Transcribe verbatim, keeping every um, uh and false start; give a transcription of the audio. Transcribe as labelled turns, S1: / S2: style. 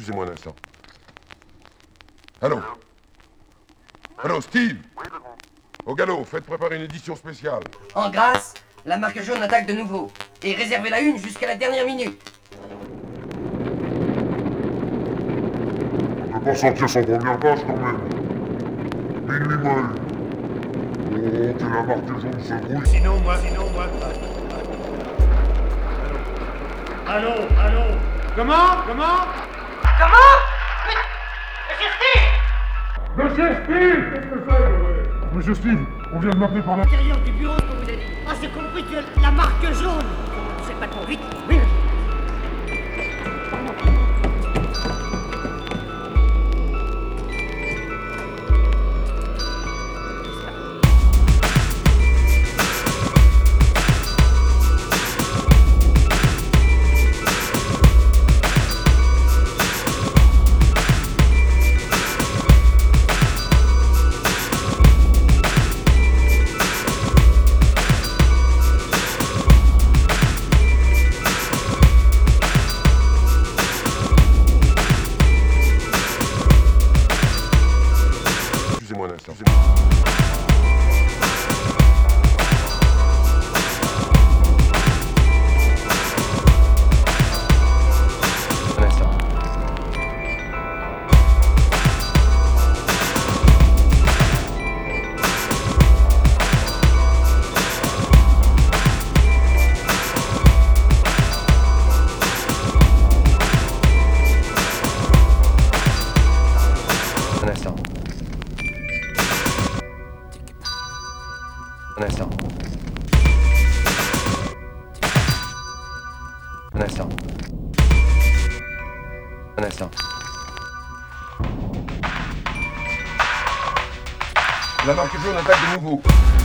S1: Excusez-moi un instant. Allô? Allô, Steve? Au galop, faites préparer une édition spéciale.
S2: En grâce, la marque jaune attaque de nouveau. Et réservez la une jusqu'à la dernière minute.
S3: On peut pas sortir sans première page quand même. Minuit mal. Oh, que la marque jaune se brouille.
S4: Sinon, moi, sinon, moi. Allô, allô. Comment, comment?
S2: Comment? Mais... Monsieur Steve!
S3: Monsieur Steve! Qu'est-ce que c'est? Monsieur Steve, on vient de m'appeler par la...
S5: L'intérieur du bureau, comme vous avez dit. Ah, j'ai compris que la marque jaune. C'est pas trop vite. Oui.
S1: Excusez-moi un instant.
S2: Un instant. Un instant. Un instant. Un instant. Un instant.
S1: La marque jaune attaque de nouveau.